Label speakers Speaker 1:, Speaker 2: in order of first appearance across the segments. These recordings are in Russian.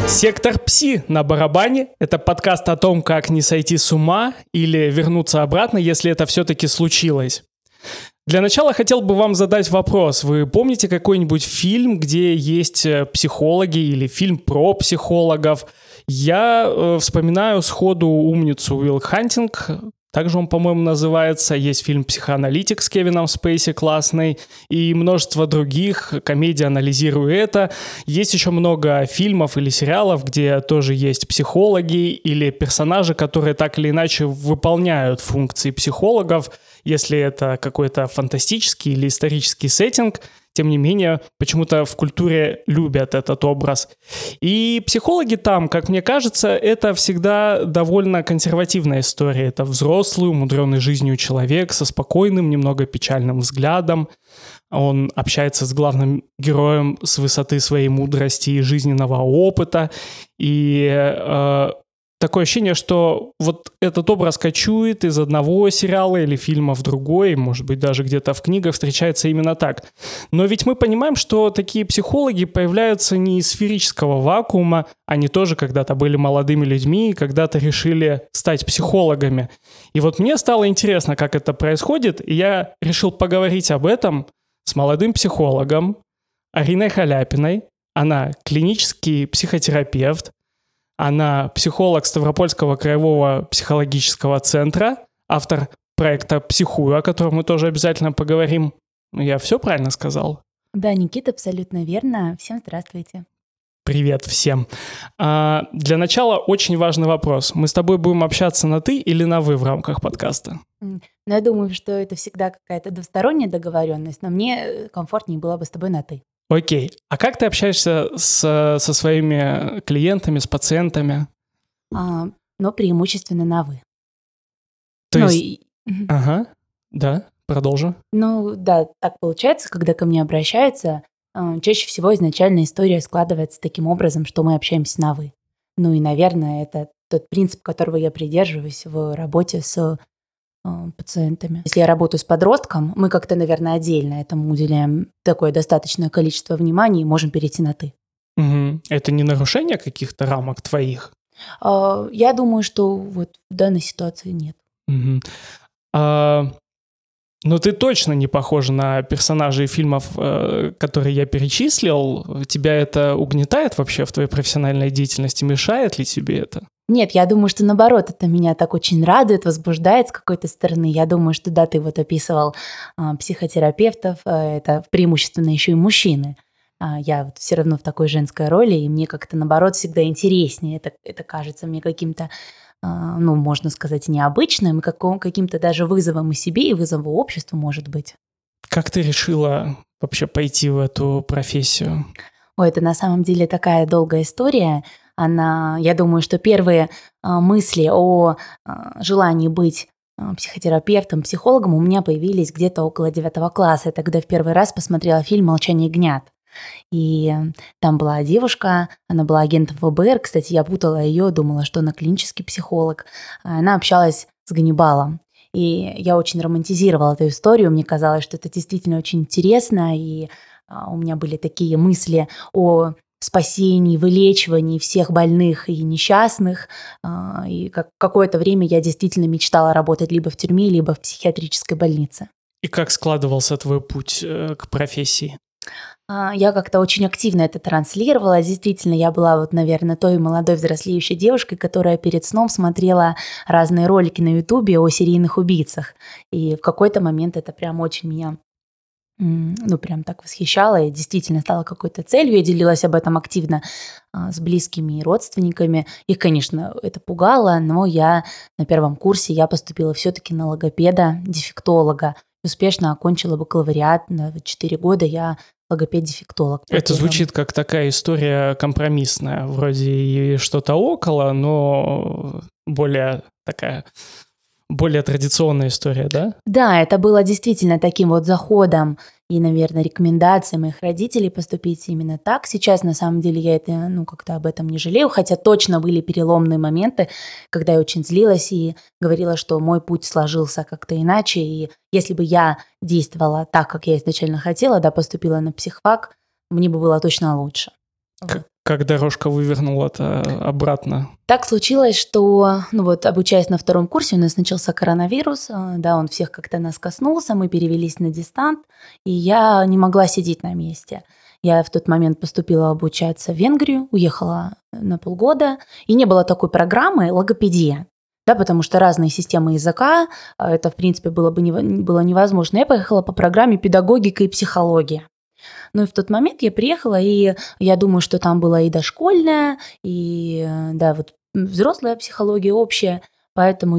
Speaker 1: Сектор Пси на барабане – это подкаст о том, как не сойти с ума или вернуться обратно, если это все-таки случилось. Для начала хотел бы вам задать вопрос. Вы помните какой-нибудь фильм, где есть психологи, или фильм про психологов? Я вспоминаю сходу «Умницу» Уилл Хантинг. Также он, по-моему, называется. Есть фильм «Психоаналитик» с Кевином Спейси, классный. И множество других. Комедия «Анализирую это». Есть еще много фильмов или сериалов, где тоже есть психологи или персонажи, которые так или иначе выполняют функции психологов. Если это какой-то фантастический или исторический сеттинг, тем не менее, почему-то в культуре любят этот образ. И психологи там, как мне кажется, это всегда довольно консервативная история. Это взрослый, умудренный жизнью человек со спокойным, немного печальным взглядом. Он общается с главным героем с высоты своей мудрости и жизненного опыта. И такое ощущение, что вот этот образ кочует из одного сериала или фильма в другой, может быть, даже где-то в книгах встречается именно так. Но ведь мы понимаем, что такие психологи появляются не из сферического вакуума, они тоже когда-то были молодыми людьми и когда-то решили стать психологами. И вот мне стало интересно, как это происходит, и я решил поговорить об этом с молодым психологом Ариной Халяпиной. Она клинический психотерапевт, она психолог Ставропольского краевого психологического центра, автор проекта «Психую», о котором мы тоже обязательно поговорим. Я все правильно сказал?
Speaker 2: Да, Никита, абсолютно верно. Всем здравствуйте.
Speaker 1: Привет всем. Для начала очень важный вопрос. Мы с тобой будем общаться на «ты» или на «вы» в рамках подкаста?
Speaker 2: Я думаю, что это всегда какая-то двусторонняя договоренность, но мне комфортнее было бы с тобой на «ты».
Speaker 1: Окей. А как ты общаешься со своими клиентами, с пациентами?
Speaker 2: Но преимущественно на «вы».
Speaker 1: То есть... Ага, да, продолжу.
Speaker 2: Да, так получается, когда ко мне обращаются, чаще всего изначально история складывается таким образом, что мы общаемся на «вы». И, наверное, это тот принцип, которого я придерживаюсь в работе с пациентами. Если я работаю с подростком, мы как-то, наверное, отдельно этому уделяем такое достаточное количество внимания и можем перейти на «ты».
Speaker 1: Угу. Это не нарушение каких-то рамок твоих?
Speaker 2: Я думаю, что вот в данной ситуации нет.
Speaker 1: Угу. Но ты точно не похожа на персонажей фильмов, которые я перечислил. Тебя это угнетает вообще в твоей профессиональной деятельности? Мешает ли тебе это?
Speaker 2: Нет, я думаю, что наоборот, это меня так очень радует, возбуждает с какой-то стороны. Я думаю, что да, ты вот описывал психотерапевтов, это преимущественно еще и мужчины. Я вот все равно в такой женской роли, и мне как-то наоборот всегда интереснее. Это кажется мне каким-то, можно сказать, необычным, каким-то даже вызовом и себе, и вызовом обществу, может быть.
Speaker 1: Как ты решила вообще пойти в эту профессию?
Speaker 2: Это на самом деле такая долгая история. Я думаю, что первые мысли о желании быть психотерапевтом, психологом у меня появились где-то около 9 класса. Я тогда в первый раз посмотрела фильм «Молчание ягнят». И там была девушка, она была агентом ФБР. Кстати, я путала ее, думала, что она клинический психолог. Она общалась с Ганнибалом. И я очень романтизировала эту историю. Мне казалось, что это действительно очень интересно. И у меня были такие мысли о спасении, вылечивании всех больных и несчастных. И какое-то время я действительно мечтала работать либо в тюрьме, либо в психиатрической больнице.
Speaker 1: И как складывался твой путь к профессии?
Speaker 2: Я как-то очень активно это транслировала. Действительно, я была наверное, той молодой взрослеющей девушкой, которая перед сном смотрела разные ролики на Ютубе о серийных убийцах. И в какой-то момент это прям очень меня прям так восхищало и действительно стало какой-то целью. Я делилась об этом активно с близкими и родственниками. Их, конечно, это пугало, но на первом курсе я поступила все-таки на логопеда-дефектолога. Успешно окончила бакалавриат. На 4 года я логопед-дефектолог.
Speaker 1: Это звучит как такая история компромиссная. Вроде и что-то около, но более традиционная история, да?
Speaker 2: Да, это было действительно таким вот заходом и, наверное, рекомендацией моих родителей поступить именно так. Сейчас, на самом деле, я это, как-то об этом не жалею, хотя точно были переломные моменты, когда я очень злилась и говорила, что мой путь сложился как-то иначе, и если бы я действовала так, как я изначально хотела, поступила на психфак, мне бы было точно лучше.
Speaker 1: Как дорожка вывернула-то обратно?
Speaker 2: Так случилось, что, обучаясь на втором курсе, у нас начался коронавирус, да, он всех как-то нас коснулся, мы перевелись на дистант, и я не могла сидеть на месте. Я в тот момент поступила обучаться в Венгрию, уехала на полгода, и не было такой программы логопедия, да, потому что разные системы языка, это, в принципе, было невозможно. Я поехала по программе педагогика и психология. Ну и в тот момент я приехала, и я думаю, что там была и дошкольная, и, да, вот взрослая психология общая, поэтому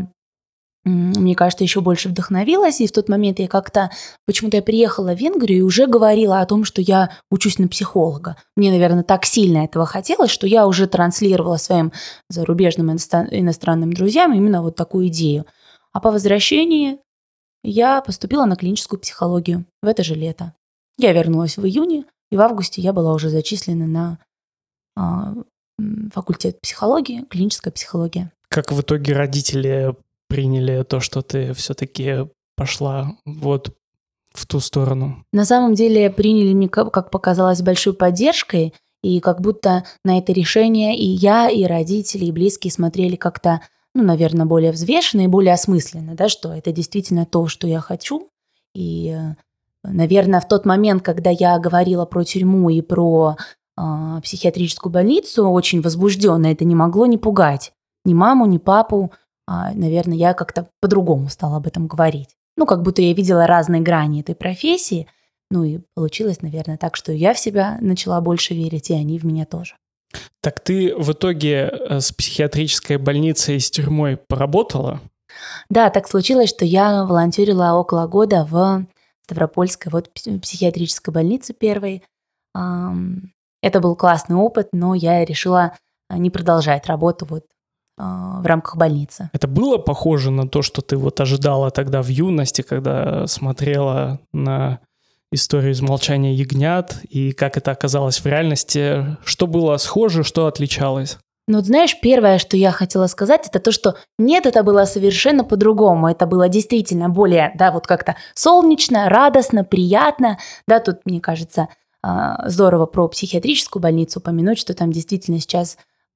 Speaker 2: мне кажется, еще больше вдохновилась, и в тот момент почему-то я приехала в Венгрию и уже говорила о том, что я учусь на психолога. Мне, наверное, так сильно этого хотелось, что я уже транслировала своим зарубежным иностранным друзьям именно вот такую идею. А по возвращении я поступила на клиническую психологию в это же лето. Я вернулась в июне, и в августе я была уже зачислена на факультет психологии, клиническая психология.
Speaker 1: Как в итоге родители приняли то, что ты все-таки пошла вот в ту сторону?
Speaker 2: На самом деле приняли меня, как показалось, большой поддержкой, и как будто на это решение и я, и родители, и близкие смотрели как-то, наверное, более взвешенно и более осмысленно, да, что это действительно то, что я хочу. И, наверное, в тот момент, когда я говорила про тюрьму и про психиатрическую больницу, очень возбужденно, это не могло не пугать ни маму, ни папу. Наверное, я как-то по-другому стала об этом говорить. Как будто я видела разные грани этой профессии. И получилось, наверное, так, что я в себя начала больше верить, и они в меня тоже.
Speaker 1: Так ты в итоге с психиатрической больницей и с тюрьмой поработала?
Speaker 2: Да, так случилось, что я волонтерила около года в Ставропольской психиатрической больнице первой. Это был классный опыт, но я решила не продолжать работу в рамках больницы.
Speaker 1: Это было похоже на то, что ты ожидала тогда в юности, когда смотрела на историю из «Молчания ягнят», и как это оказалось в реальности? Что было схоже, что отличалось?
Speaker 2: Знаешь, первое, что я хотела сказать, это то, что нет, это было совершенно по-другому. Это было действительно более, да, как-то солнечно, радостно, приятно. Да, тут, мне кажется, здорово про психиатрическую больницу упомянуть, что там действительно сейчас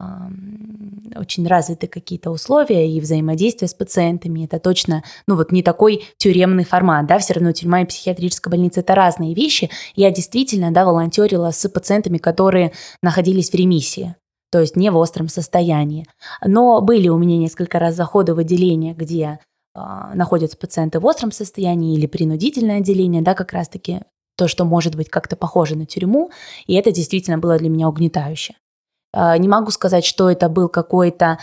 Speaker 2: очень развиты какие-то условия и взаимодействие с пациентами. Это точно, не такой тюремный формат, да, все равно тюрьма и психиатрическая больница – это разные вещи. Я действительно, да, волонтерила с пациентами, которые находились в ремиссии, то есть не в остром состоянии. Но были у меня несколько раз заходы в отделение, где находятся пациенты в остром состоянии или принудительное отделение, да, как раз-таки то, что может быть как-то похоже на тюрьму, и это действительно было для меня угнетающе. Не могу сказать, что это был какое-то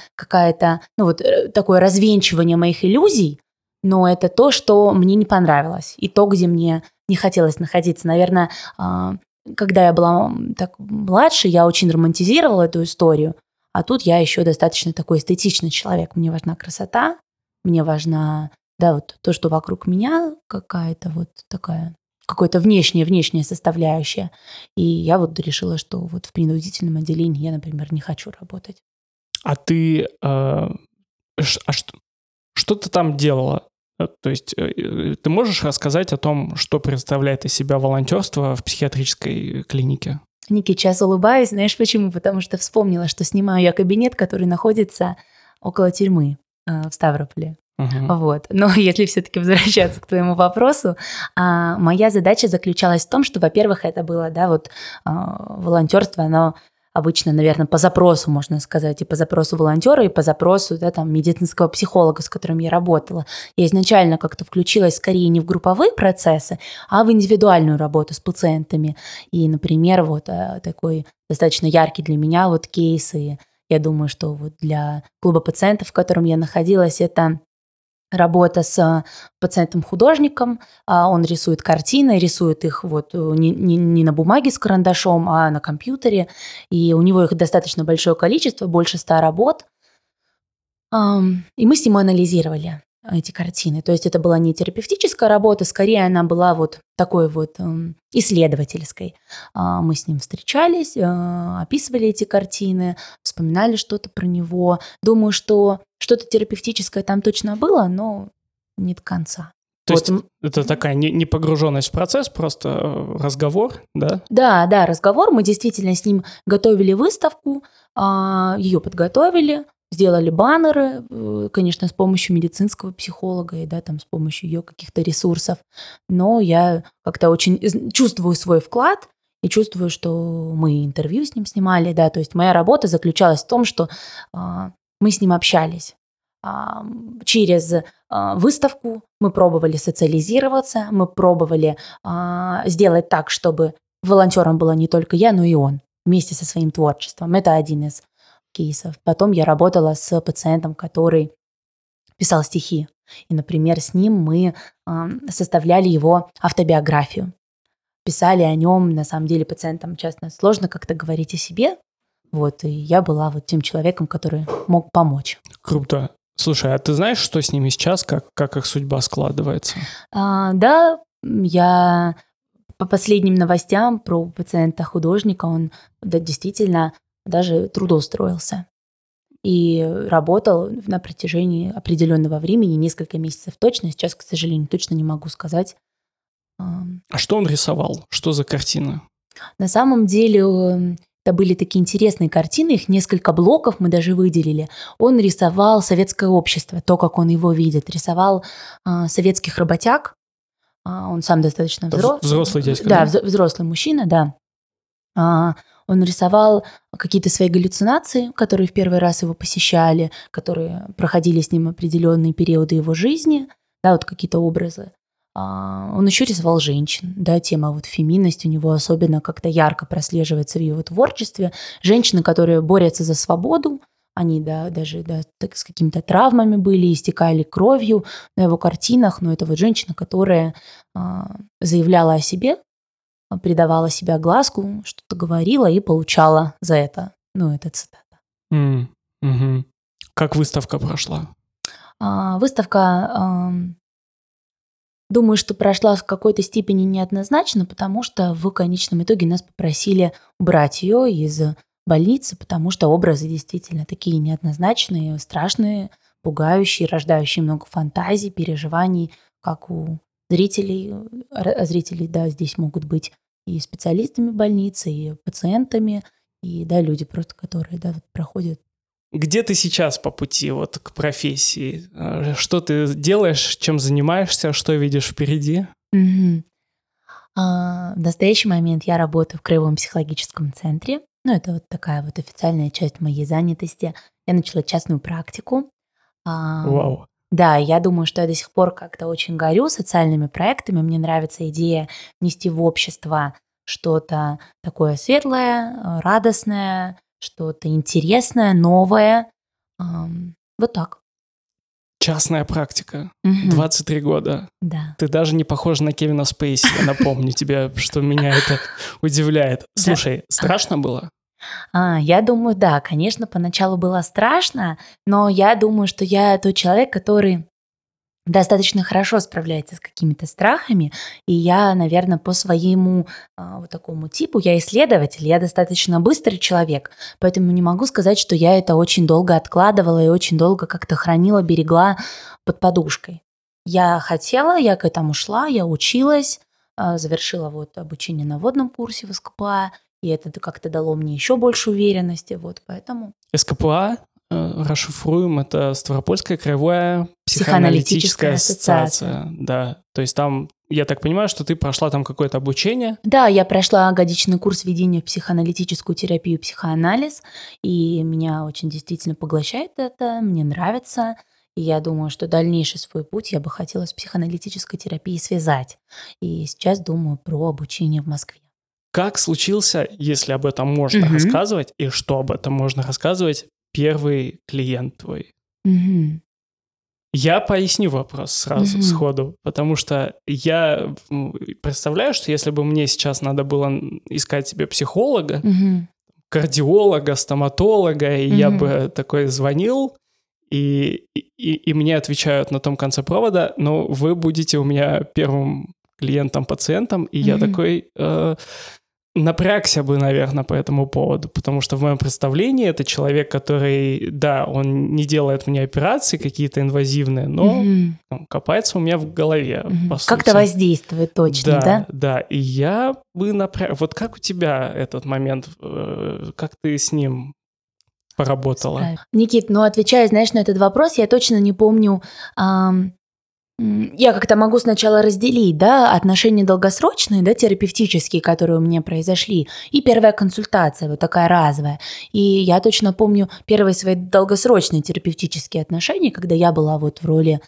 Speaker 2: такое развенчивание моих иллюзий, но это то, что мне не понравилось, и то, где мне не хотелось находиться. Наверное, когда я была так младше, я очень романтизировала эту историю, а тут я еще достаточно такой эстетичный человек. Мне важна красота, мне важно, да, то, что вокруг меня какая-то такая... какое-то внешняя составляющая. И я решила, что в принудительном отделении я, например, не хочу работать.
Speaker 1: А ты... что ты там делала? То есть ты можешь рассказать о том, что представляет из себя волонтерство в психиатрической клинике?
Speaker 2: Ники, сейчас улыбаюсь. Знаешь почему? Потому что вспомнила, что снимаю я кабинет, который находится около тюрьмы в Ставрополе. Но если все-таки возвращаться к твоему вопросу, моя задача заключалась в том, что, во-первых, это было, да, волонтерство, оно обычно, наверное, по запросу, можно сказать, и по запросу волонтера, и по запросу, да, там, медицинского психолога, с которым я работала. Я изначально как-то включилась скорее не в групповые процессы, а в индивидуальную работу с пациентами. И, например, такой достаточно яркий для меня кейс, и я думаю, что для клуба пациентов, в котором я находилась, это работа с пациентом-художником, он рисует картины, рисует их не на бумаге с карандашом, а на компьютере, и у него их достаточно большое количество, больше 100 работ, и мы с ним анализировали эти картины. То есть это была не терапевтическая работа, скорее она была такой исследовательской. Мы с ним встречались, описывали эти картины, вспоминали что-то про него. Думаю, что что-то терапевтическое там точно было, но не до конца.
Speaker 1: То есть это такая не погруженность в процесс, просто разговор, да?
Speaker 2: Да, разговор. Мы действительно с ним готовили выставку, ее подготовили, сделали баннеры, конечно, с помощью медицинского психолога и, да, там, с помощью ее каких-то ресурсов. Но я как-то очень чувствую свой вклад и чувствую, что мы интервью с ним снимали, да, то есть моя работа заключалась в том, что мы с ним общались. Через выставку мы пробовали социализироваться, мы пробовали сделать так, чтобы волонтером была не только я, но и он вместе со своим творчеством. Это один из кейсов. Потом я работала с пациентом, который писал стихи. И, например, с ним мы составляли его автобиографию. Писали о нем, на самом деле, пациентам часто сложно как-то говорить о себе. Вот, и я была вот тем человеком, который мог помочь.
Speaker 1: Круто. Слушай, а ты знаешь, что с ними сейчас, как их судьба складывается?
Speaker 2: Да, я по последним новостям про пациента-художника, он действительно даже трудоустроился и работал на протяжении определенного времени, несколько месяцев точно. Сейчас, к сожалению, точно не могу сказать.
Speaker 1: А что он рисовал? Что за картина?
Speaker 2: На самом деле это были такие интересные картины, их несколько блоков мы даже выделили. Он рисовал советское общество, то, как он его видит. Рисовал советских работяг. Он сам достаточно
Speaker 1: взрослый дядька,
Speaker 2: да? Да, взрослый мужчина, да. Он рисовал какие-то свои галлюцинации, которые в первый раз его посещали, которые проходили с ним определенные периоды его жизни, да, вот какие-то образы. Он еще рисовал женщин, да, тема вот феминность у него особенно как-то ярко прослеживается в его творчестве. Женщины, которые борются за свободу, они, да, даже да, так, с какими-то травмами были, истекали кровью на его картинах, но это вот женщина, которая заявляла о себе, придавала себя огласку, что-то говорила и получала за это. Ну, это цитата.
Speaker 1: Mm-hmm. Как выставка прошла?
Speaker 2: Выставка... Думаю, что прошла в какой-то степени неоднозначно, потому что в конечном итоге нас попросили убрать ее из больницы, потому что образы действительно такие неоднозначные, страшные, пугающие, рождающие много фантазий, переживаний, как у зрителей. А зрители, да, здесь могут быть и специалистами больницы, и пациентами, и, да, люди просто, которые, да, вот проходят.
Speaker 1: Где ты сейчас по пути вот к профессии? Что ты делаешь, чем занимаешься, что видишь впереди?
Speaker 2: В настоящий момент я работаю в Краевом психологическом центре. Ну, это вот такая вот официальная часть моей занятости. Я начала частную практику.
Speaker 1: Вау.
Speaker 2: Да, я думаю, что я до сих пор как-то очень горю социальными проектами. Мне нравится идея нести в общество что-то такое светлое, радостное, что-то интересное, новое. Вот так.
Speaker 1: Частная практика. 23 года.
Speaker 2: Да.
Speaker 1: Ты даже не похожа на Кевина Спейси, я напомню тебе, что меня это удивляет. Слушай, страшно было?
Speaker 2: Я думаю, да, конечно, поначалу было страшно, но я думаю, что я тот человек, который достаточно хорошо справляется с какими-то страхами, и я, наверное, по своему вот такому типу, я исследователь, я достаточно быстрый человек, поэтому не могу сказать, что я это очень долго откладывала и очень долго как-то хранила, берегла под подушкой. Я хотела, я к этому шла, я училась, завершила вот обучение на вводном курсе в СКПА, и это как-то дало мне еще больше уверенности, вот поэтому...
Speaker 1: СКПА, расшифруем, это Ставропольская краевая психоаналитическая ассоциация. Да, то есть там, я так понимаю, что ты прошла там какое-то обучение?
Speaker 2: Да, я прошла годичный курс введения в психоаналитическую терапию, психоанализ, и меня очень действительно поглощает это, мне нравится, и я думаю, что дальнейший свой путь я бы хотела с психоаналитической терапией связать. И сейчас думаю про обучение в Москве.
Speaker 1: Как случился, если об этом можно рассказывать, и что об этом можно рассказывать, первый клиент твой? Я поясню вопрос сразу, сходу, потому что я представляю, что если бы мне сейчас надо было искать себе психолога, кардиолога, стоматолога, и я бы такой звонил, и мне отвечают на том конце провода, но вы будете у меня первым клиентом-пациентом, и я такой... напрягся бы, наверное, по этому поводу, потому что в моем представлении это человек, который, да, он не делает мне операции какие-то инвазивные, но копается у меня в голове, по сути.
Speaker 2: Как-то воздействует точно, да?
Speaker 1: Да, и я бы напряг... Вот как у тебя этот момент, как ты с ним поработала?
Speaker 2: Никит, отвечая, знаешь, на этот вопрос, я точно не помню... Я как-то могу сначала разделить, да, отношения долгосрочные, да, терапевтические, которые у меня произошли, и первая консультация, вот такая разовая. И я точно помню первые свои долгосрочные терапевтические отношения, когда я была вот в роли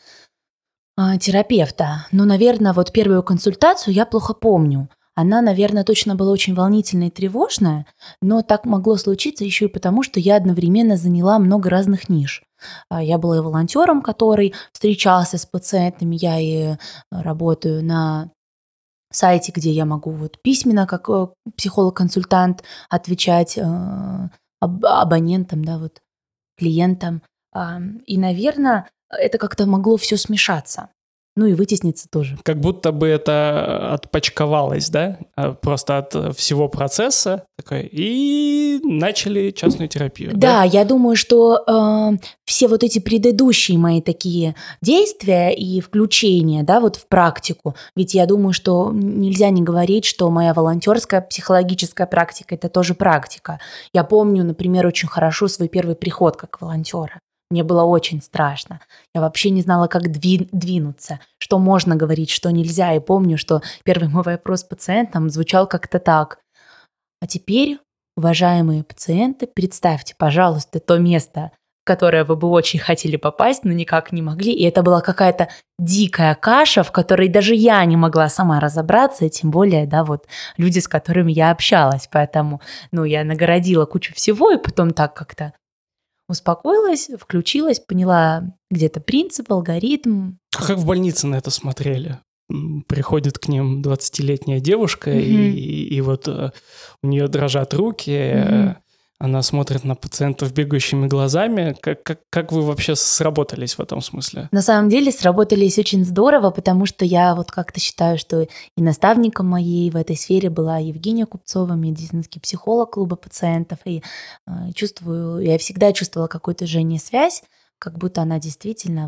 Speaker 2: терапевта. Наверное, вот первую консультацию я плохо помню. Она, наверное, точно была очень волнительная и тревожная, но так могло случиться еще и потому, что я одновременно заняла много разных ниш. Я была и волонтером, который встречался с пациентами, я и работаю на сайте, где я могу вот письменно, как психолог-консультант, отвечать абонентам, да, вот клиентам. И, наверное, это как-то могло все смешаться. И вытесниться тоже.
Speaker 1: Как будто бы это отпочковалось, да? Просто от всего процесса. И начали частную терапию.
Speaker 2: Да, я думаю, что все вот эти предыдущие мои такие действия и включения, да, вот в практику, ведь я думаю, что нельзя не говорить, что моя волонтерская психологическая практика – это тоже практика. Я помню, например, очень хорошо свой первый приход как волонтера. Мне было очень страшно. Я вообще не знала, как двинуться, что можно говорить, что нельзя. И помню, что первый мой вопрос пациентам звучал как-то так. А теперь, уважаемые пациенты, представьте, пожалуйста, то место, в которое вы бы очень хотели попасть, но никак не могли. И это была какая-то дикая каша, в которой даже я не могла сама разобраться, и тем более, да, вот люди, с которыми я общалась. Поэтому, я нагородила кучу всего, и потом так как-то успокоилась, включилась, поняла где-то принцип, алгоритм.
Speaker 1: А как в больнице на это смотрели? Приходит к ним 20-летняя девушка, и вот у нее дрожат руки, она смотрит на пациентов бегающими глазами. Как вы вообще сработались в этом смысле?
Speaker 2: На самом деле сработались очень здорово, потому что я вот как-то считаю, что и наставником моей в этой сфере была Евгения Купцова, медицинский психолог клуба пациентов, и я всегда чувствовала какую-то связь, как будто она действительно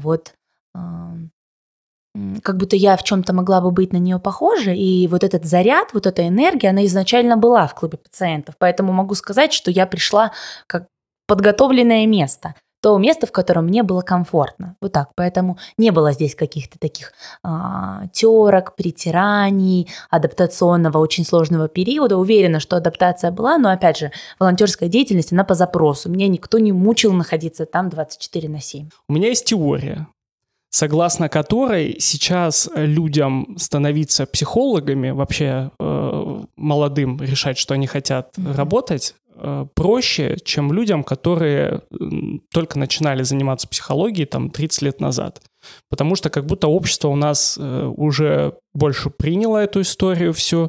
Speaker 2: как будто я в чем-то могла бы быть на нее похожа, и вот этот заряд, вот эта энергия, она изначально была в клубе пациентов, поэтому могу сказать, что я пришла как подготовленное место, то место, в котором мне было комфортно, вот так, поэтому не было здесь каких-то таких терок, притираний, адаптационного очень сложного периода. Уверена, что адаптация была, но опять же, волонтерская деятельность, она по запросу, меня никто не мучил находиться там 24/7.
Speaker 1: У меня есть теория, согласно которой сейчас людям становиться психологами, вообще молодым решать, что они хотят работать, проще, чем людям, которые только начинали заниматься психологией 30 лет назад. Потому что как будто общество у нас уже больше приняло эту историю всю,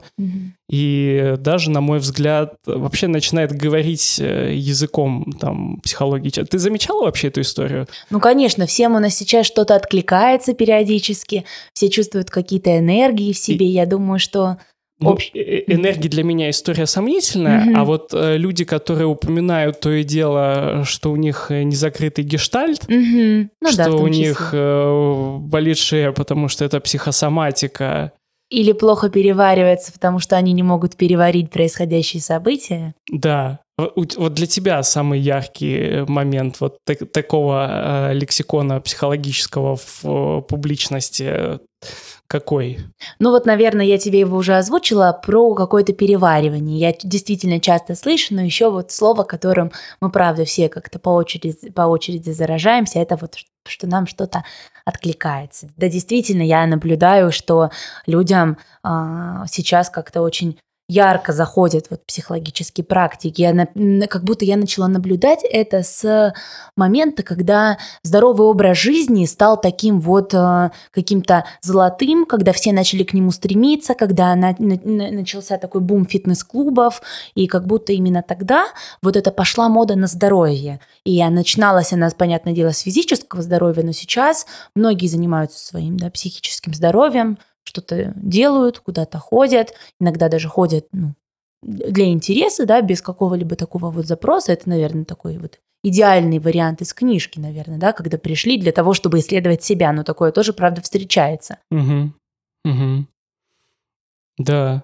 Speaker 1: и даже, на мой взгляд, вообще начинает говорить языком психологии. Ты замечала вообще эту историю?
Speaker 2: Конечно, всем у нас сейчас что-то откликается периодически, все чувствуют какие-то энергии в себе, я думаю, что...
Speaker 1: Энергия для меня история сомнительная, а вот люди, которые упоминают то и дело, что у них незакрытый гештальт, что у них болит шея, потому что это психосоматика.
Speaker 2: Или плохо переваривается, потому что они не могут переварить происходящие события.
Speaker 1: Да. Вот для тебя самый яркий момент вот такого лексикона психологического в публичности какой?
Speaker 2: Наверное, я тебе его уже озвучила, про какое-то переваривание. Я действительно часто слышу, но еще вот слово, которым мы, правда, все как-то по очереди заражаемся, это вот, что нам что-то откликается. Да, действительно, я наблюдаю, что людям сейчас как-то очень ярко заходят психологические практики. Как будто я начала наблюдать это с момента, когда здоровый образ жизни стал таким каким-то золотым, когда все начали к нему стремиться, когда начался такой бум фитнес-клубов, и как будто именно тогда это пошла мода на здоровье. И начиналась она, понятное дело, с физического здоровья, но сейчас многие занимаются своим психическим здоровьем, что-то делают, куда-то ходят, иногда даже ходят для интереса, да, без какого-либо такого вот запроса. Это, наверное, такой вот идеальный вариант из книжки, наверное, да, когда пришли для того, чтобы исследовать себя. Но такое тоже, правда, встречается.
Speaker 1: Угу. Угу. Да.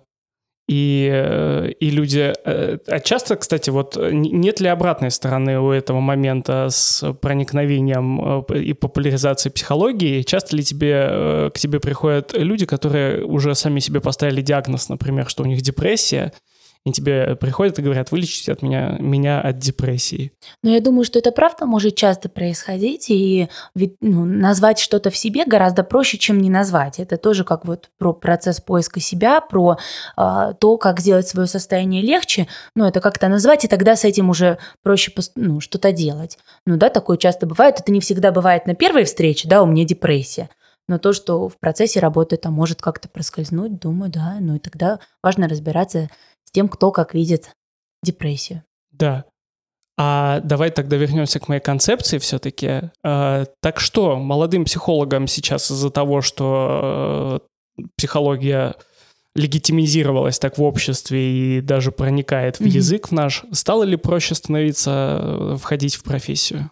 Speaker 1: И люди... А часто, кстати, вот нет ли обратной стороны у этого момента с проникновением и популяризацией психологии? Часто ли к тебе приходят люди, которые уже сами себе поставили диагноз, например, что у них депрессия, и тебе приходят и говорят: вылечите от меня от депрессии?
Speaker 2: Но я думаю, что это правда может часто происходить, и ведь, назвать что-то в себе гораздо проще, чем не назвать. Это тоже как вот про процесс поиска себя, про то, как сделать свое состояние легче. Это как-то назвать, и тогда с этим уже проще что-то делать. Да, такое часто бывает. Это не всегда бывает на первой встрече, да, у меня депрессия. Но то, что в процессе работы там может как-то проскользнуть, думаю, да, и тогда важно разбираться с тем, кто как видит депрессию.
Speaker 1: Да. А давай тогда вернемся к моей концепции все-таки. Так что молодым психологам сейчас из-за того, что психология легитимизировалась так в обществе и даже проникает в язык в наш, стало ли проще становиться, входить в профессию?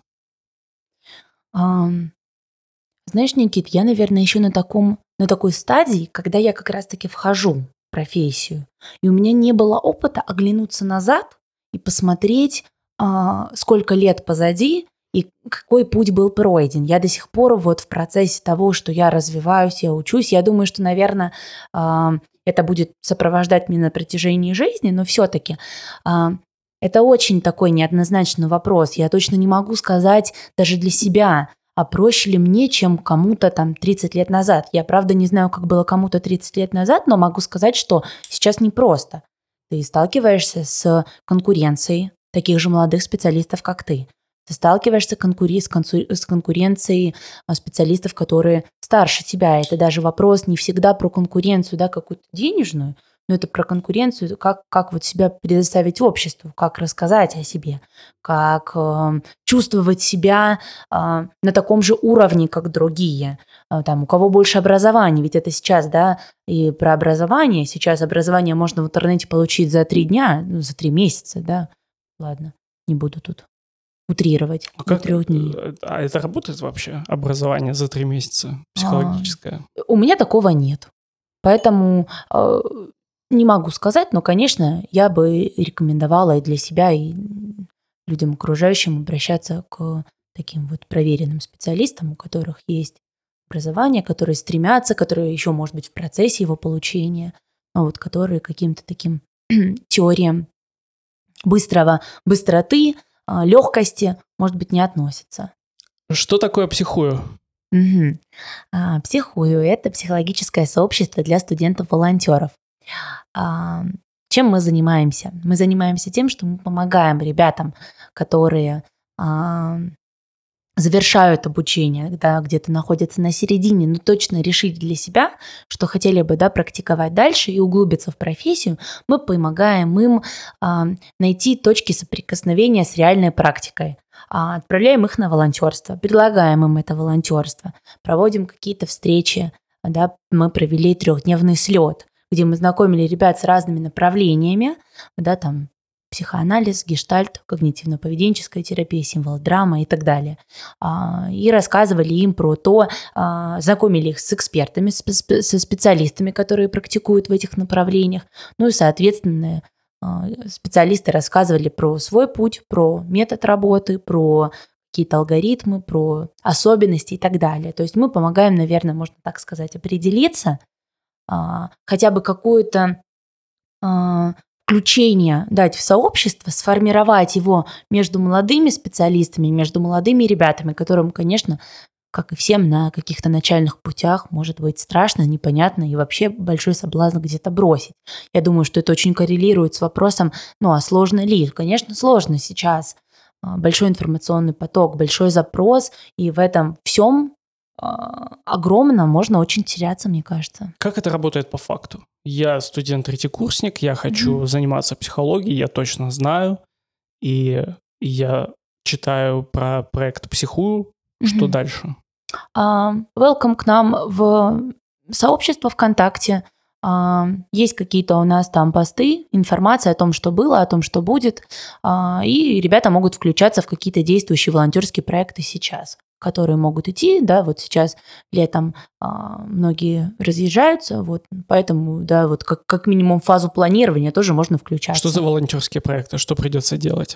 Speaker 2: Знаешь, Никит, я, наверное, еще на такой стадии, когда я как раз-таки вхожу в профессию, и у меня не было опыта оглянуться назад и посмотреть, сколько лет позади и какой путь был пройден. Я до сих пор вот в процессе того, что я развиваюсь, я учусь. Я думаю, что, наверное, это будет сопровождать меня на протяжении жизни, но все-таки это очень такой неоднозначный вопрос. Я точно не могу сказать даже для себя, а проще ли мне, чем кому-то там 30 лет назад. Я, правда, не знаю, как было кому-то 30 лет назад, но могу сказать, что сейчас непросто. Ты сталкиваешься с конкуренцией таких же молодых специалистов, как ты. Ты сталкиваешься с конкуренцией специалистов, которые старше тебя. Это даже вопрос не всегда про конкуренцию, да, какую-то денежную, но это про конкуренцию, как вот себя предоставить обществу, как рассказать о себе, как чувствовать себя на таком же уровне, как другие. Там, у кого больше образования, ведь это сейчас, да, и про образование. Сейчас образование можно в интернете получить за 3 дня, за 3 месяца, да. Ладно, не буду тут утрировать.
Speaker 1: А как это работает вообще, образование за 3 месяца, психологическое?
Speaker 2: У меня такого нет. Поэтому не могу сказать, но, конечно, я бы рекомендовала и для себя, и людям окружающим обращаться к таким вот проверенным специалистам, у которых есть образование, которые стремятся, которые еще, может быть, в процессе его получения, которые к каким-то таким теориям быстроты, легкости, может быть, не относятся.
Speaker 1: Что такое психую?
Speaker 2: Психую – это психологическое сообщество для студентов-волонтеров. Чем мы занимаемся? Мы занимаемся тем, что мы помогаем ребятам, которые завершают обучение, да, где-то находятся на середине, но точно решили для себя, что хотели бы, да, практиковать дальше и углубиться в профессию. Мы помогаем им найти точки соприкосновения с реальной практикой. Отправляем их на волонтерство, предлагаем им это волонтерство, проводим какие-то встречи. Да, мы провели 3-дневный слет, где мы знакомили ребят с разными направлениями, да, там психоанализ, гештальт, когнитивно-поведенческая терапия, символ-драма и так далее. И рассказывали им про то, знакомили их с экспертами, со специалистами, которые практикуют в этих направлениях. И, соответственно, специалисты рассказывали про свой путь, про метод работы, про какие-то алгоритмы, про особенности и так далее. То есть мы помогаем, наверное, можно так сказать, определиться, хотя бы какое-то включение дать в сообщество, сформировать его между молодыми специалистами, между молодыми ребятами, которым, конечно, как и всем на каких-то начальных путях может быть страшно, непонятно и вообще большой соблазн где-то бросить. Я думаю, что это очень коррелирует с вопросом, а сложно ли? Конечно, сложно сейчас. Большой информационный поток, большой запрос, и в этом всем огромно можно очень теряться, мне кажется.
Speaker 1: Как это работает по факту? Я студент-третьекурсник, я хочу заниматься психологией, я точно знаю, и я читаю про проект «Психую». Что дальше?
Speaker 2: Welcome к нам в сообщество ВКонтакте. Есть какие-то у нас там посты, информация о том, что было, о том, что будет, и ребята могут включаться в какие-то действующие волонтерские проекты сейчас, которые могут идти, да, вот сейчас летом многие разъезжаются, вот, поэтому, да, вот как минимум фазу планирования тоже можно включаться.
Speaker 1: Что за волонтерские проекты? Что придется делать?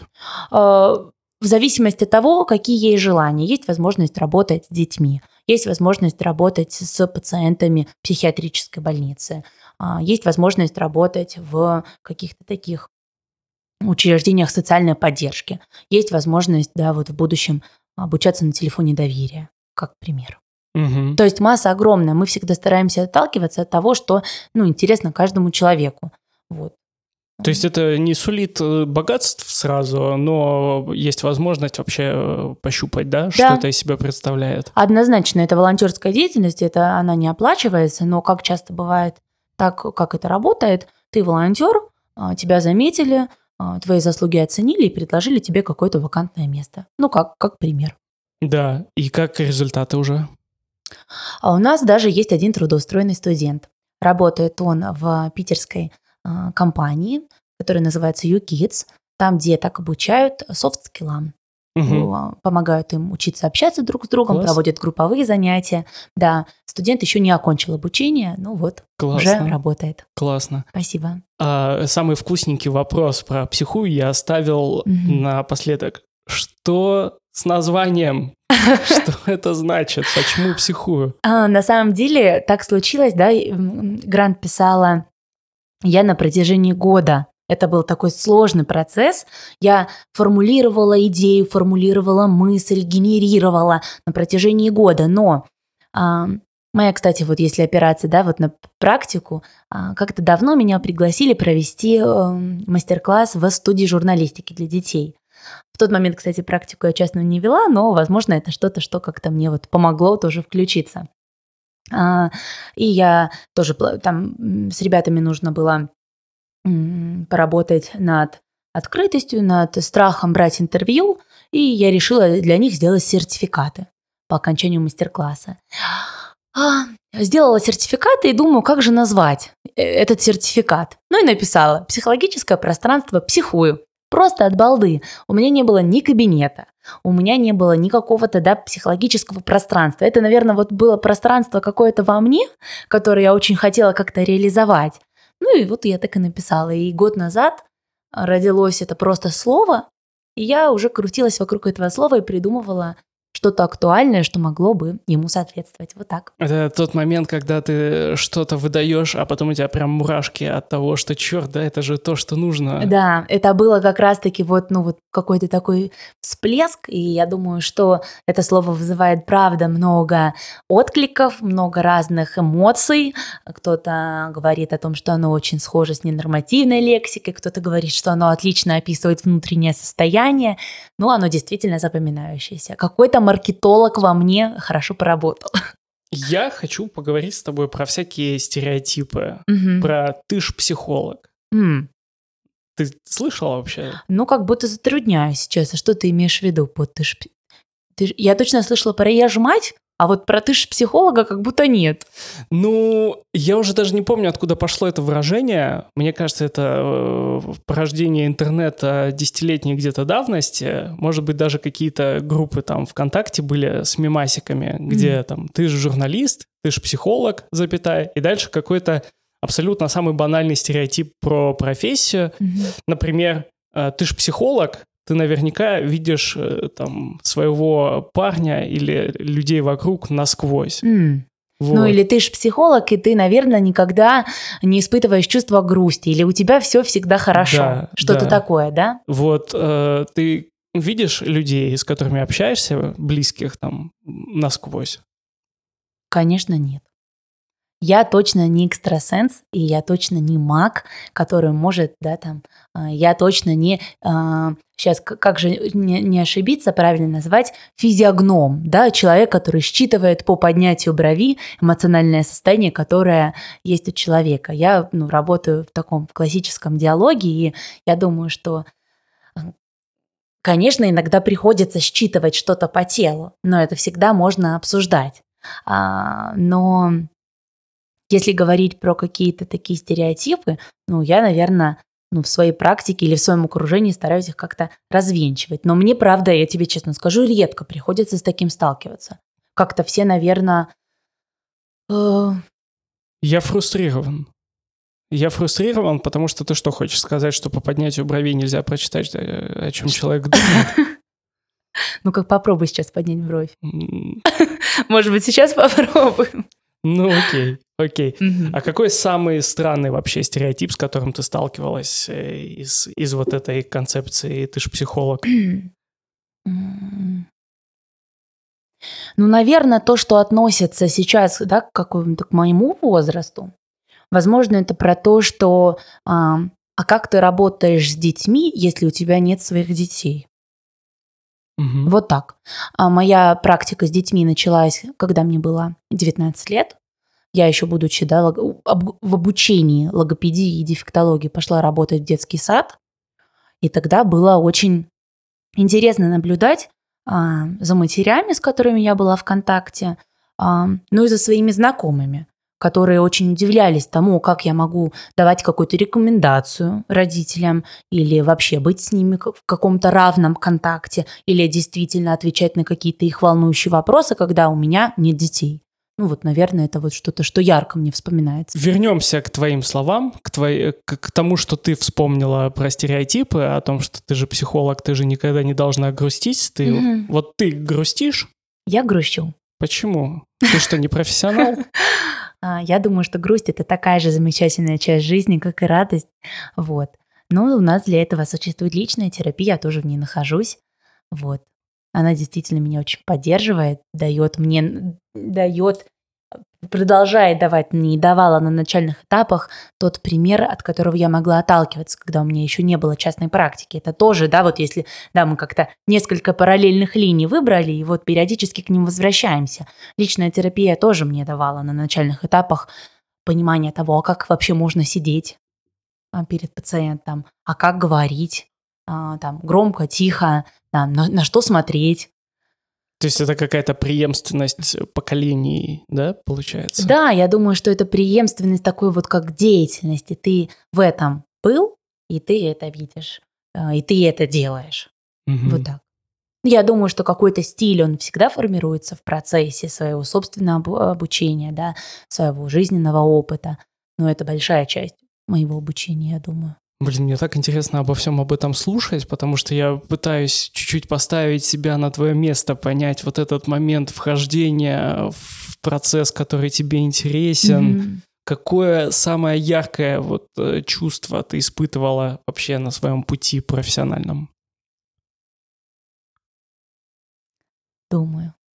Speaker 2: В зависимости от того, какие есть желания. Есть возможность работать с детьми, есть возможность работать с пациентами психиатрической больницы, есть возможность работать в каких-то таких учреждениях социальной поддержки, есть возможность, да, вот в будущем обучаться на телефоне доверия, как пример.
Speaker 1: Угу.
Speaker 2: То есть масса огромная. Мы всегда стараемся отталкиваться от того, что, интересно каждому человеку. Вот.
Speaker 1: То есть это не сулит богатств сразу, но есть возможность вообще пощупать, да, что это из себя представляет?
Speaker 2: Однозначно, это волонтерская деятельность, она не оплачивается, но как часто бывает так, как это работает, ты волонтер, тебя заметили, твои заслуги оценили и предложили тебе какое-то вакантное место. Как пример.
Speaker 1: Да, и как результаты уже?
Speaker 2: А у нас даже есть один трудоустроенный студент. Работает он в питерской компании, которая называется YouKids, там деток обучают софт-скиллам.
Speaker 1: Угу.
Speaker 2: Помогают им учиться общаться друг с другом,
Speaker 1: Класс.
Speaker 2: проводят групповые занятия. Да, студент еще не окончил обучение,
Speaker 1: Классно.
Speaker 2: Уже работает.
Speaker 1: Классно.
Speaker 2: Спасибо.
Speaker 1: Самый вкусненький вопрос про психу я оставил напоследок. Что с названием? Что это значит? Почему психую?
Speaker 2: На самом деле так случилось, да, грант писала я на протяжении года. Это был такой сложный процесс. Я формулировала идею, формулировала мысль, генерировала на протяжении года. Но моя, кстати, вот если опираться, да, вот на практику, как-то давно меня пригласили провести мастер-класс в студии журналистики для детей. В тот момент, кстати, практику я, честно, не вела, но, возможно, это что-то, что как-то мне вот помогло тоже включиться. И я тоже там с ребятами нужно было поработать над открытостью, над страхом брать интервью, и я решила для них сделать сертификаты по окончанию мастер-класса. Сделала сертификаты и думаю, как же назвать этот сертификат. И написала «Психологическое пространство психую». Просто от балды. У меня не было ни кабинета, у меня не было ни какого-то, да, психологического пространства. Это, наверное, вот было пространство какое-то во мне, которое я очень хотела как-то реализовать. И вот я так и написала. И год назад родилось это просто слово, и я уже крутилась вокруг этого слова и придумывала что-то актуальное, что могло бы ему соответствовать. Вот так.
Speaker 1: Это тот момент, когда ты что-то выдаешь, а потом у тебя прям мурашки от того, что черт, да, это же то, что нужно.
Speaker 2: Да, это было как раз-таки вот какой-то такой всплеск, и я думаю, что это слово вызывает, правда, много откликов, много разных эмоций. Кто-то говорит о том, что оно очень схоже с ненормативной лексикой, кто-то говорит, что оно отлично описывает внутреннее состояние. Оно действительно запоминающееся. Какой-то маркетолог во мне хорошо поработал.
Speaker 1: Я хочу поговорить с тобой про всякие стереотипы, про «ты ж психолог». Ты слышала вообще?
Speaker 2: Как будто затрудняюсь сейчас. А что ты имеешь в виду под «ты ж»? Я точно слышала про «я ж мать», а вот про «ты ж психолога» как будто нет.
Speaker 1: Я уже даже не помню, откуда пошло это выражение. Мне кажется, это порождение интернета десятилетней где-то давности. Может быть, даже какие-то группы там ВКонтакте были с мемасиками, где там «ты же журналист», «ты же психолог», запятая, и дальше какой-то абсолютно самый банальный стереотип про профессию. Например, «ты же психолог», ты наверняка видишь там своего парня или людей вокруг насквозь. Вот.
Speaker 2: Или ты ж психолог, и ты, наверное, никогда не испытываешь чувство грусти, или у тебя все всегда хорошо.
Speaker 1: Да,
Speaker 2: что-то такое, да?
Speaker 1: Вот ты видишь людей, с которыми общаешься, близких там насквозь?
Speaker 2: Конечно, нет. Я точно не экстрасенс, и я точно не маг, который может, да, там, я точно не, сейчас, как же не ошибиться, правильно назвать, физиогном, да, человек, который считывает по поднятию брови эмоциональное состояние, которое есть у человека. Я, работаю в таком классическом диалоге, и я думаю, что, конечно, иногда приходится считывать что-то по телу, но это всегда можно обсуждать. Но Если говорить про какие-то такие стереотипы, я, наверное, в своей практике или в своем окружении стараюсь их как-то развенчивать. Но мне, правда, я тебе честно скажу, редко приходится с таким сталкиваться. Как-то все, наверное...
Speaker 1: Я фрустрирован. Я фрустрирован, потому что ты что, хочешь сказать, что по поднятию бровей нельзя прочитать, о чем человек думает?
Speaker 2: Ну-ка, попробуй сейчас поднять бровь. Может быть, сейчас попробуем?
Speaker 1: Ну, окей. А какой самый странный вообще стереотип, с которым ты сталкивалась из вот этой концепции «ты ж психолог»?
Speaker 2: Наверное, то, что относится сейчас, да, к моему возрасту, возможно, это про то, что как ты работаешь с детьми, если у тебя нет своих детей?
Speaker 1: Угу.
Speaker 2: Вот так. Моя практика с детьми началась, когда мне было 19 лет. Я еще, будучи в обучении логопедии и дефектологии, пошла работать в детский сад. И тогда было очень интересно наблюдать за матерями, с которыми я была в контакте, и за своими знакомыми, которые очень удивлялись тому, как я могу давать какую-то рекомендацию родителям или вообще быть с ними в каком-то равном контакте или действительно отвечать на какие-то их волнующие вопросы, когда у меня нет детей. Наверное, это что-то, что ярко мне вспоминается.
Speaker 1: Вернемся к твоим словам, к тому, что ты вспомнила про стереотипы, о том, что ты же психолог, ты же никогда не должна грустить. Вот ты грустишь?
Speaker 2: Я грущу.
Speaker 1: Почему? Ты что, не профессионал?
Speaker 2: Я думаю, что грусть – это такая же замечательная часть жизни, как и радость. Но у нас для этого существует личная терапия, я тоже в ней нахожусь. Она действительно меня очень поддерживает, продолжает давать мне и давала на начальных этапах тот пример, от которого я могла отталкиваться, когда у меня еще не было частной практики. Это тоже, если мы как-то несколько параллельных линий выбрали, и периодически к ним возвращаемся. Личная терапия тоже мне давала на начальных этапах понимание того, как вообще можно сидеть перед пациентом, как говорить, громко, тихо, на что смотреть.
Speaker 1: То есть это какая-то преемственность поколений, да, получается?
Speaker 2: Да, я думаю, что это преемственность такой как деятельности. Ты в этом был, и ты это видишь, и ты это делаешь.
Speaker 1: Угу.
Speaker 2: Так. Я думаю, что какой-то стиль, он всегда формируется в процессе своего собственного обучения, да, своего жизненного опыта. Но это большая часть моего обучения, я думаю.
Speaker 1: Блин, мне так интересно обо всем об этом слушать, потому что я пытаюсь чуть-чуть поставить себя на твое место, понять вот этот момент вхождения в процесс, который тебе интересен. Mm-hmm. Какое самое яркое чувство ты испытывала вообще на своем пути профессиональном?
Speaker 2: Думаю.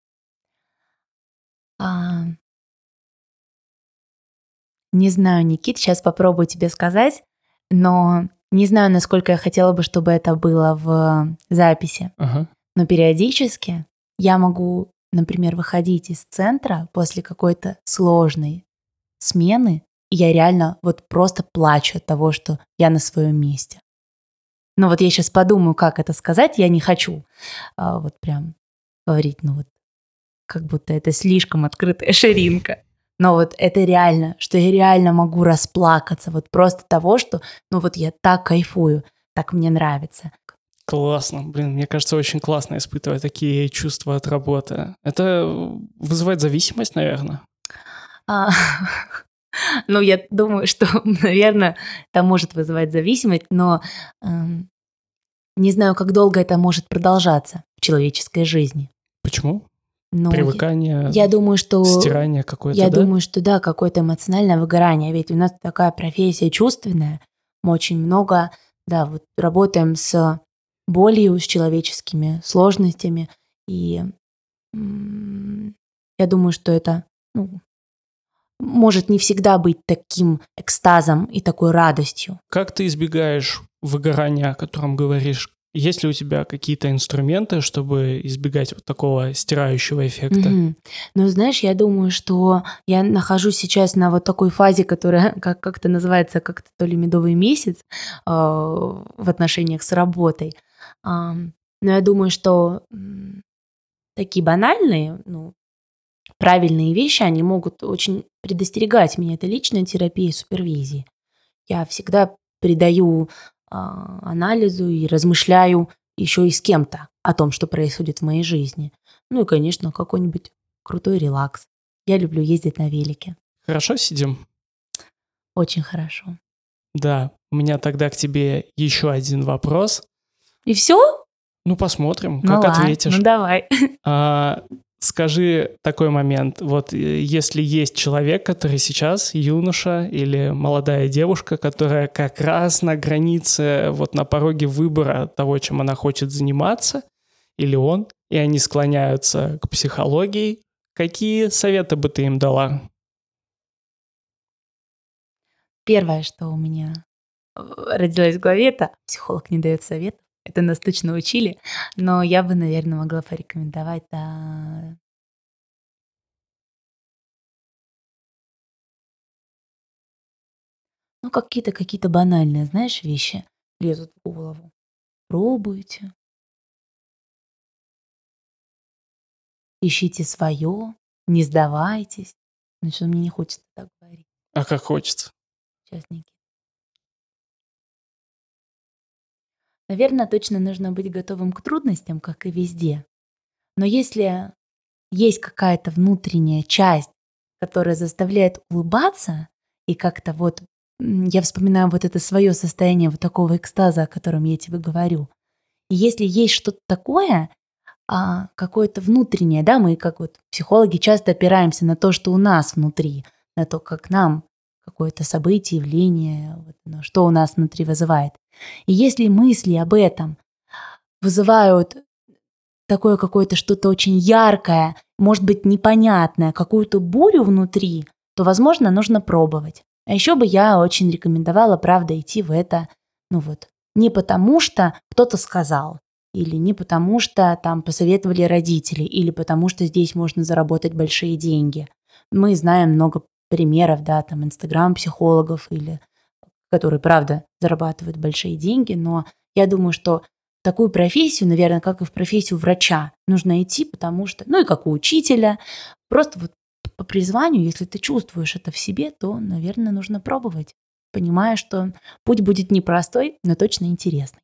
Speaker 2: Не знаю, Никит, сейчас попробую тебе сказать. Но не знаю, насколько я хотела бы, чтобы это было в записи.
Speaker 1: Ага.
Speaker 2: Но периодически я могу, например, выходить из центра после какой-то сложной смены, и я реально просто плачу от того, что я на своем месте. Но я сейчас подумаю, как это сказать, я не хочу прям говорить, как будто это слишком открытая ширинка. Но это реально, что я реально могу расплакаться просто того, что, я так кайфую, так мне нравится.
Speaker 1: Классно, блин, мне кажется, очень классно испытывать такие чувства от работы. Это вызывает зависимость, наверное?
Speaker 2: Я думаю, что, наверное, это может вызывать зависимость, но не знаю, как долго это может продолжаться в человеческой жизни.
Speaker 1: Почему? Привыкание,
Speaker 2: я думаю, что
Speaker 1: стирание какое-то,
Speaker 2: Я думаю, что да, какое-то эмоциональное выгорание. Ведь у нас такая профессия чувственная. Мы очень много, работаем с болью, с человеческими сложностями. И я думаю, что это может не всегда быть таким экстазом и такой радостью.
Speaker 1: Как ты избегаешь выгорания, о котором говоришь? Есть ли у тебя какие-то инструменты, чтобы избегать такого стирающего эффекта?
Speaker 2: Mm-hmm. Знаешь, я думаю, что я нахожусь сейчас на такой фазе, которая как-то называется как-то то ли медовый месяц в отношениях с работой. Но я думаю, что такие банальные правильные вещи, они могут очень предостерегать меня. Это личная терапия и супервизия. Я всегда придаю анализу и размышляю еще и с кем-то о том, что происходит в моей жизни. Ну и, конечно, какой-нибудь крутой релакс. Я люблю ездить на велике.
Speaker 1: Хорошо сидим?
Speaker 2: Очень хорошо.
Speaker 1: Да, у меня тогда к тебе еще один вопрос.
Speaker 2: И все?
Speaker 1: Ну, посмотрим,
Speaker 2: Ну
Speaker 1: как
Speaker 2: ладно,
Speaker 1: ответишь.
Speaker 2: ну давай.
Speaker 1: Скажи такой момент. Вот если есть человек, который сейчас юноша или молодая девушка, которая как раз на границе, вот на пороге выбора того, чем она хочет заниматься, или он, и они склоняются к психологии, какие советы бы ты им дала?
Speaker 2: Первое, что у меня родилось в голове, это психолог не дает совет. Это нас точно учили. Но я бы, наверное, могла порекомендовать, да, ну, какие-то банальные, знаешь, вещи лезут в голову. Пробуйте, ищите свое, не сдавайтесь. Ну, что мне не хочется так говорить.
Speaker 1: А как хочется?
Speaker 2: Сейчас, Никита. Наверное, точно нужно быть готовым к трудностям, как и везде. Но если есть какая-то внутренняя часть, которая заставляет улыбаться, и как-то вот я вспоминаю вот это свое состояние вот такого экстаза, о котором я тебе говорю. И если есть что-то такое, какое-то внутреннее, да, мы как вот психологи часто опираемся на то, что у нас внутри, на то, как нам какое-то событие, явление, вот, ну, что у нас внутри вызывает. И если мысли об этом вызывают такое какое-то что-то очень яркое, может быть, непонятное, какую-то бурю внутри, то, возможно, нужно пробовать. А еще бы я очень рекомендовала, правда, идти в это, ну вот, не потому что кто-то сказал, или не потому что там посоветовали родители, или потому что здесь можно заработать большие деньги. Мы знаем много примеров, да, там, инстаграм-психологов, или которые, правда, зарабатывают большие деньги, но я думаю, что такую профессию, наверное, как и в профессию врача, нужно идти, потому что, ну и как у учителя, просто вот по призванию, если ты чувствуешь это в себе, то, наверное, нужно пробовать, понимая, что путь будет непростой, но точно интересный.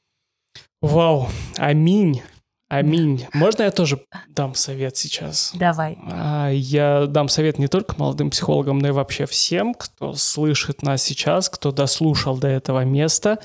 Speaker 1: Вау, аминь, аминь. Можно я тоже дам совет сейчас?
Speaker 2: Давай.
Speaker 1: Я дам совет не только молодым психологам, но и вообще всем, кто слышит нас сейчас, кто дослушал до этого места.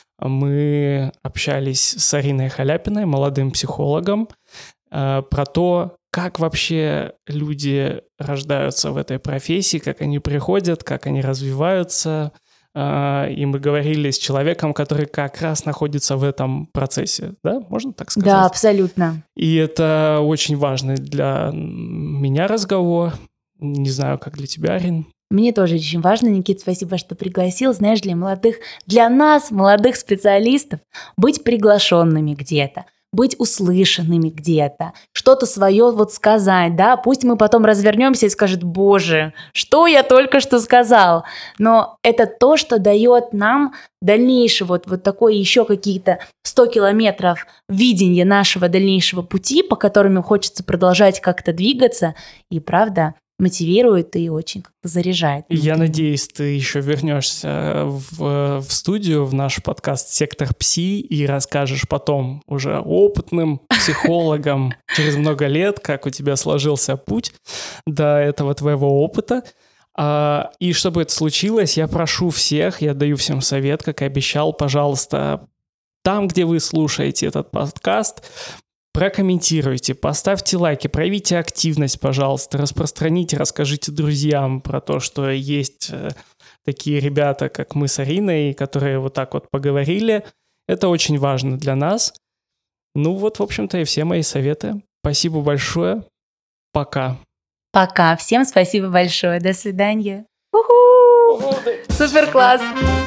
Speaker 1: Мы общались с Ариной Халяпиной, молодым психологом, про то, как вообще люди рождаются в этой профессии, как они приходят, как они развиваются. И мы говорили с человеком, который как раз находится в этом процессе, да? Можно так сказать?
Speaker 2: Да, абсолютно.
Speaker 1: И это очень важный для меня разговор. Не знаю, как для тебя, Арин.
Speaker 2: Мне тоже очень важно, Никит, спасибо, что пригласил. Знаешь, для нас, молодых специалистов, быть приглашенными где-то, быть услышанными где-то, что-то свое вот сказать, да, пусть мы потом развернемся и скажем: боже, что я только что сказал, но это то, что дает нам дальнейшее вот такое еще какие-то 100 километров видения нашего дальнейшего пути, по которым хочется продолжать как-то двигаться, и правда мотивирует и очень как-то заряжает.
Speaker 1: Я надеюсь, ты еще вернешься в студию, в наш подкаст «Сектор Пси» и расскажешь потом уже опытным психологам через много лет, как у тебя сложился путь до этого твоего опыта. И чтобы это случилось, я прошу всех, я даю всем совет, как и обещал, пожалуйста, там, где вы слушаете этот подкаст, прокомментируйте, поставьте лайки, проявите активность, пожалуйста, распространите, расскажите друзьям про то, что есть такие ребята, как мы с Ариной, которые вот так вот поговорили. Это очень важно для нас. Ну вот, в общем-то, и все мои советы. Спасибо большое. Пока.
Speaker 2: Пока. Всем спасибо большое. До свидания. Супер класс.